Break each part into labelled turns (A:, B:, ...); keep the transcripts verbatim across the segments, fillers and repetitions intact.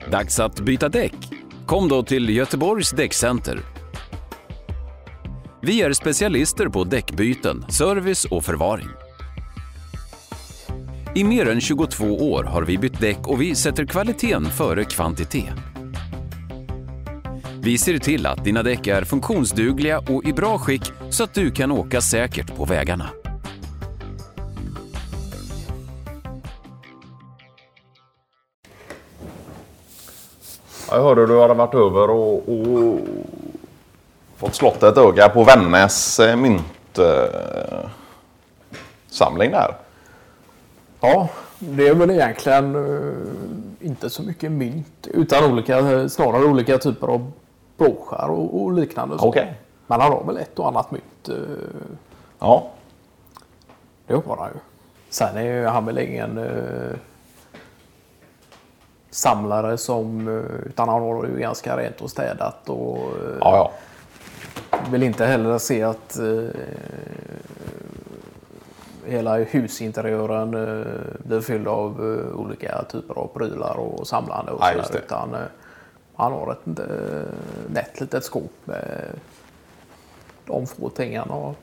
A: Dags att byta däck. Kom då till Göteborgs däckcenter. Vi är specialister på däckbyten, service och förvaring. I mer än tjugotvå år har vi bytt däck och vi sätter kvaliteten före kvantitet. Vi ser till att dina däck är funktionsdugliga och i bra skick så att du kan åka säkert på vägarna.
B: Jag hörde du hade varit över och, och fått slått ett öga på Vännäs myntsamling eh, där.
C: Ja, det är väl egentligen uh, inte så mycket mynt utan olika, snarare olika typer av broschar och, och liknande.
B: Okay.
C: Man har väl ett och annat mynt. Uh,
B: ja.
C: Det har han ju. Sen är han väl ingen uh, samlare som, uh, utan han har ju ganska rent och städat och uh,
B: ja, ja.
C: vill inte heller se att uh, hela husinteriören uh, blir fylld av uh, olika typer av prylar och samlande och
B: ja,
C: sådär, utan uh, han har ett uh, nätt litet skåp med de få tingen och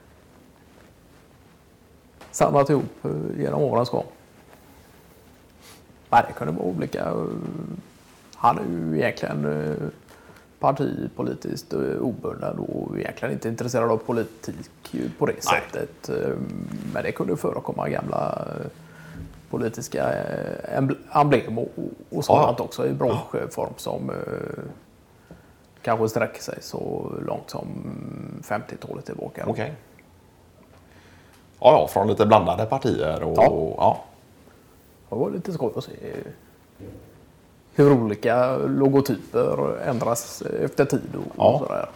C: samlat ihop uh, genom årens gång. Men det kunde vara olika. Uh, han är ju egentligen uh, partipolitiskt uh, obunden och egentligen inte intresserad av politik på det Nej. sättet. Uh, men det kunde förekomma gamla uh, politiska uh, emblem och, och sådant ja. också i broschform som uh, kanske sträcker sig så långt som femtiotalet tillbaka.
B: Okej. Okay. Ja, ja, från lite blandade partier och
C: ja.
B: ja.
C: Det var lite skoj att se hur olika logotyper ändras efter tid och, ja. och sådär.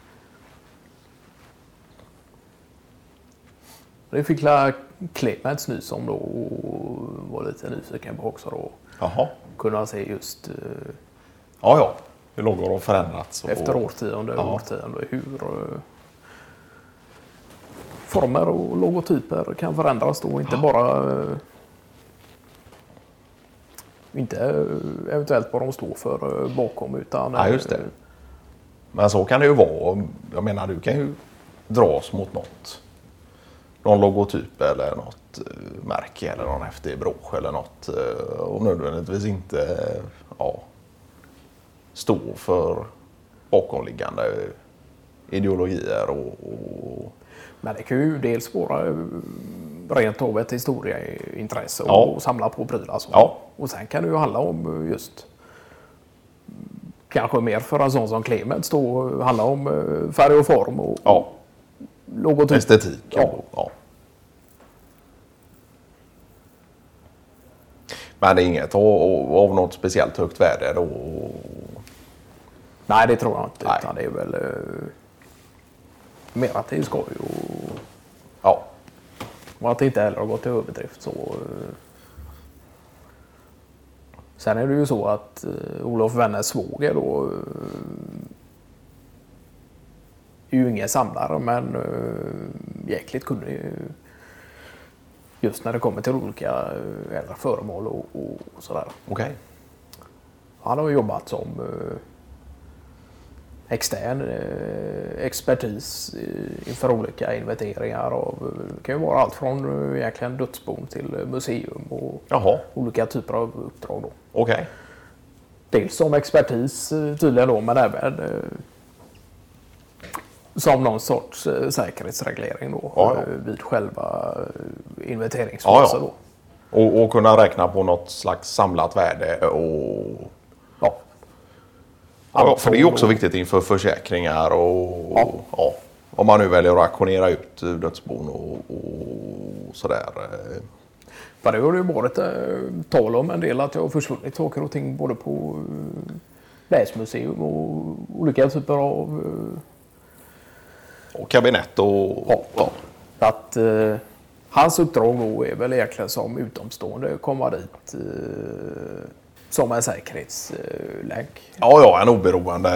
C: Det fick la Clemens nu som då var lite nyfiken på också då.
B: Jaha.
C: Kunna se just
B: ja, ja. Hur loggor har förändrats. Och...
C: efter årtionde och ja. årtionde hur former och logotyper kan förändras då. Inte ja. bara inte eventuellt vad de står för bakom utan...
B: Ja, just det. Men så kan det ju vara. Jag menar, du kan ju dras mot något. Någon logotyp eller något märke eller någon häftig brosch eller något. Och nödvändigtvis inte ja, stå för bakomliggande ideologier och... och...
C: Men det kan ju dels vara rent av ett historieintresse och ja. samla på prylar.
B: Ja.
C: Och sen kan det ju handla om just kanske mer för en sån som Clemens då handla om färg och form och
B: ja.
C: logotyp.
B: Estetik.
C: Ja.
B: Ja. Men det är inget av något speciellt högt värde då?
C: Nej, det tror jag inte. Utan det är väl uh, mer att det är skoj och,
B: ja.
C: och att det inte heller har gått till överdrift. Så, uh. Sen är det ju så att uh, Olof Wennes svåger då uh, är ju ingen samlare, men uh, jäkligt kunde ju just när det kommer till olika uh, äldre föremål och, och, och sådär.
B: Okej. Okay.
C: Han har jobbat som uh, extern uh, expertis uh, inför olika inventeringar av, uh, det kan ju vara allt från uh, egentligen dödsbon till uh, museum och
B: Jaha.
C: olika typer av uppdrag då.
B: Okej. Okay.
C: Dels som expertis uh, tydligen då, men även uh, som någon sorts uh, säkerhetsreglering då ja, ja. Uh, vid själva uh, inventeringsfasen ja, ja.
B: då. Och, och kunna räkna på något slags samlat värde och...
C: Ja.
B: Ja, för det är ju också viktigt inför försäkringar och... Ja. Ja, om man nu väljer att auktionera ut dödsbon och, och sådär.
C: För det har ju varit äh, tal om en del att jag har försvunnit saker och ting både på äh, läsmuseum och olika typer av... Äh,
B: och kabinett och...
C: Ja, ja. Att äh, hans uppdrag då är väl egentligen som utomstående komma dit äh, som en säkerhetslänk.
B: Ja, ja, en oberoende...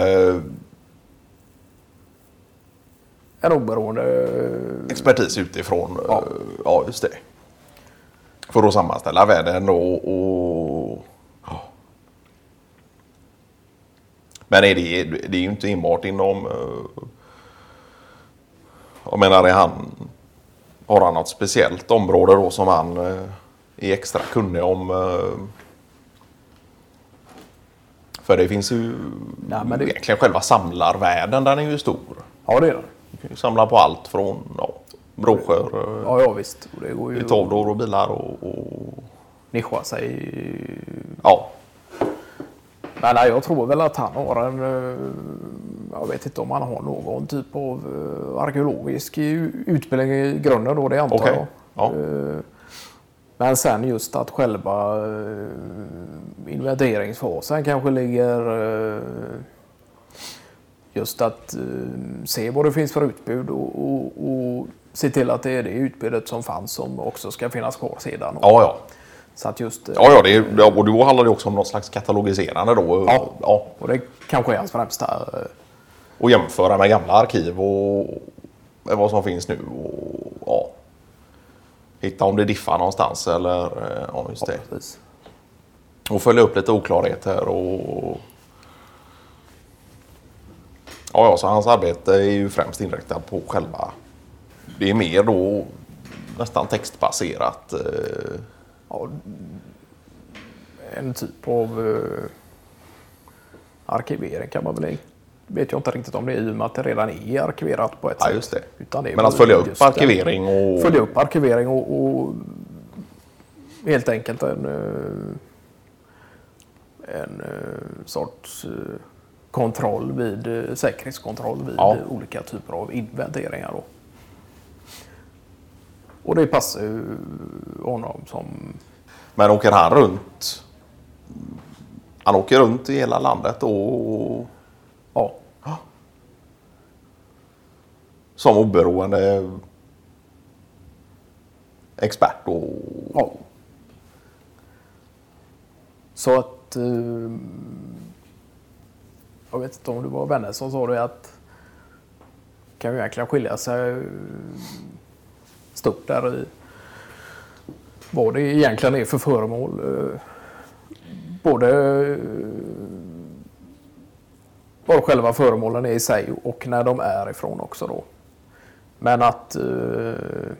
C: En oberoende...
B: expertis utifrån. Ja, ja just det. För att sammanställa värden och... och ja. Men är det, det är ju inte enbart inom... Jag menar, är han, har han något speciellt område då som han är extra kunnig om? För det finns ju... Nej, men det... Egentligen själva samlarvärlden, den är ju stor.
C: Ja, det är den.
B: Du kan ju samla på allt från ja, broschör,
C: ja, ja, visst. Och det går ju
B: tavlor och bilar och... och...
C: nischa sig.
B: Ja.
C: Men nej, jag tror väl att han har en... Jag vet inte om han har någon typ av arkeologisk utbildning i grunden då, det antar okay. jag.
B: Ja.
C: Men sen just att själva inventeringsfasen kanske ligger... Just att se vad det finns för utbud och, och, och se till att det är det utbudet som fanns som också ska finnas kvar sedan.
B: Ja, ja.
C: Så att just,
B: ja, ja, det är, och då handlar det också om något slags katalogiserande då.
C: Ja, ja. Och det kanske är hans främsta.
B: Och jämföra med gamla arkiv och vad som finns nu. Och, ja. Hitta om det diffar någonstans eller ja, just det.
C: Ja,
B: och följa upp lite oklarheter och... Ja, ja, så hans arbete är ju främst inriktat på själva... Det är mer då nästan textbaserat. Eh...
C: Ja, en typ av eh, arkivering kan man väl... Vet jag inte riktigt om det är i och med att det redan är arkiverat på ett
B: ja,
C: sätt.
B: Just det.
C: Utan det är
B: men att följa upp arkivering och...
C: Följa upp arkivering och, och helt enkelt en, en sorts kontroll vid säkerhetskontroll vid ja. olika typer av inventeringar. Då. Och det passar ju honom som...
B: Men åker han runt? Han åker runt i hela landet och...
C: Ja.
B: Som oberoende expert och...
C: Ja. Så att... Jag vet inte om det var vänner som sa det att kan ju egentligen skilja sig stort där i vad det egentligen är för föremål. Både vad själva föremålen är i sig och när de är ifrån också då. Men att uh,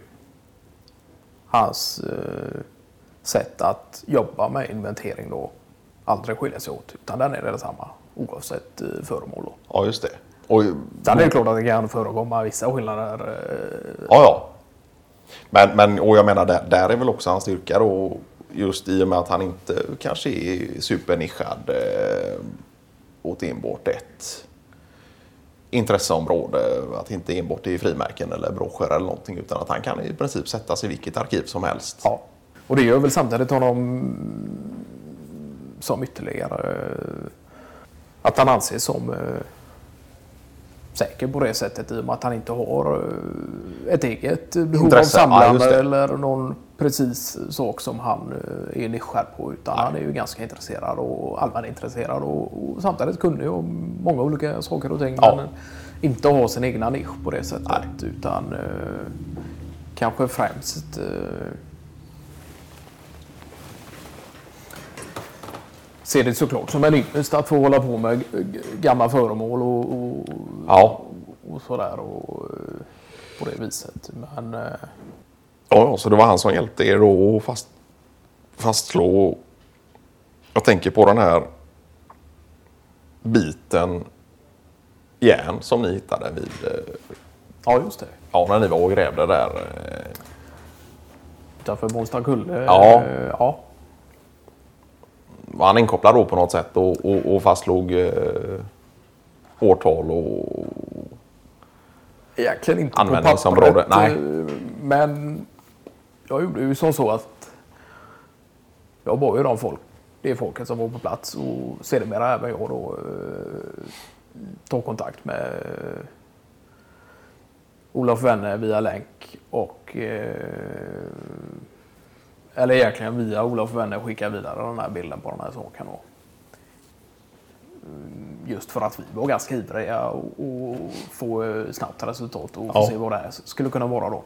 C: hans uh, sätt att jobba med inventering då aldrig skiljer sig åt, utan den är det detsamma oavsett uh, föremål då.
B: Ja, just det. Och,
C: sen är det klart att det kan förekomma vissa skillnader. Uh,
B: ja, ja. Men, men och jag menar, där, där är väl också hans styrka då, just i och med att han inte kanske är supernischad eh, åt enbart ett intresseområde, att inte enbart är frimärken eller broschyrer eller någonting, utan att han kan i princip sätta sig i vilket arkiv som helst.
C: Ja, och det gör väl samtidigt honom som ytterligare att han anses som eh, säker på det sättet i och med att han inte har ett eget behov intresse av samlande ja, eller någon precis sak som han är nischad på, utan nej. Han är ju ganska intresserad och allmänt intresserad och, och samtidigt kunnig om många olika saker och ting ja. Men inte ha sin egna nisch på det sättet nej. Utan eh, kanske främst eh, ser det såklart som en ynnest att få hålla på med gamla föremål och, och,
B: ja.
C: och sådär och på det viset. Men,
B: ja, så det var han som hjälpte er då att fast, fastslå. Jag tänker på den här biten järn som ni hittade vid...
C: Ja, just det.
B: Ja, när ni var och grävde där.
C: Utanför Månstakulle.
B: Ja.
C: Ja.
B: Var han inkopplad då på något sätt och, och, och fastslog eh, årtal och
C: egentligen inte
B: användningsområde?
C: På pappret, nej. Men jag gjorde ju som så att jag var ju de folk, det är folket som var på plats och sedermera även jag då eh, tog kontakt med eh, Olof Wenne via länk och eh, eller egentligen via Olof Wenne skicka vidare den här bilden på den här saken då. Just för att vi var ganska ivriga och, och få snabbt resultat och ja. Se vad det här skulle kunna vara då.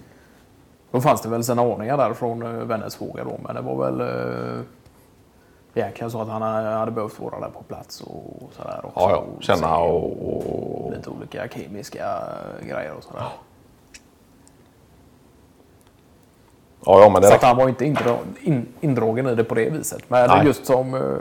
C: Då fanns det väl sina aningar där från Wennes fråga då, men det var väl egentligen så att han hade behövt vara där på plats och sådär också.
B: Ja, ja. Känna och, och...
C: lite olika kemiska grejer och sådär. Ja.
B: Ja, ja, men det
C: så att han var inte indra, in, indragen i det på det viset. Men Nej. just som... Uh,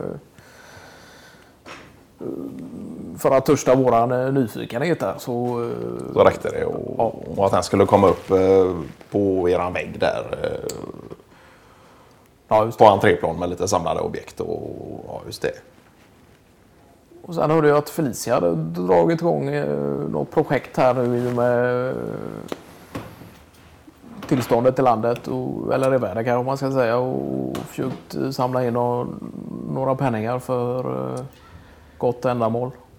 C: för att törsta våran nyfikenhet där så... Uh,
B: så räckte det. Och, ja. och att han skulle komma upp uh, på eran vägg där. Uh,
C: ja, just
B: på entréplan med lite samlade objekt. Och, ja, just det.
C: Och sen hörde jag att Felicia hade dragit igång uh, något projekt här nu med... Uh, tillståndet i landet, och, eller i världen kan man ska säga, och försökt samla in några, några penningar för uh, gott ändamål.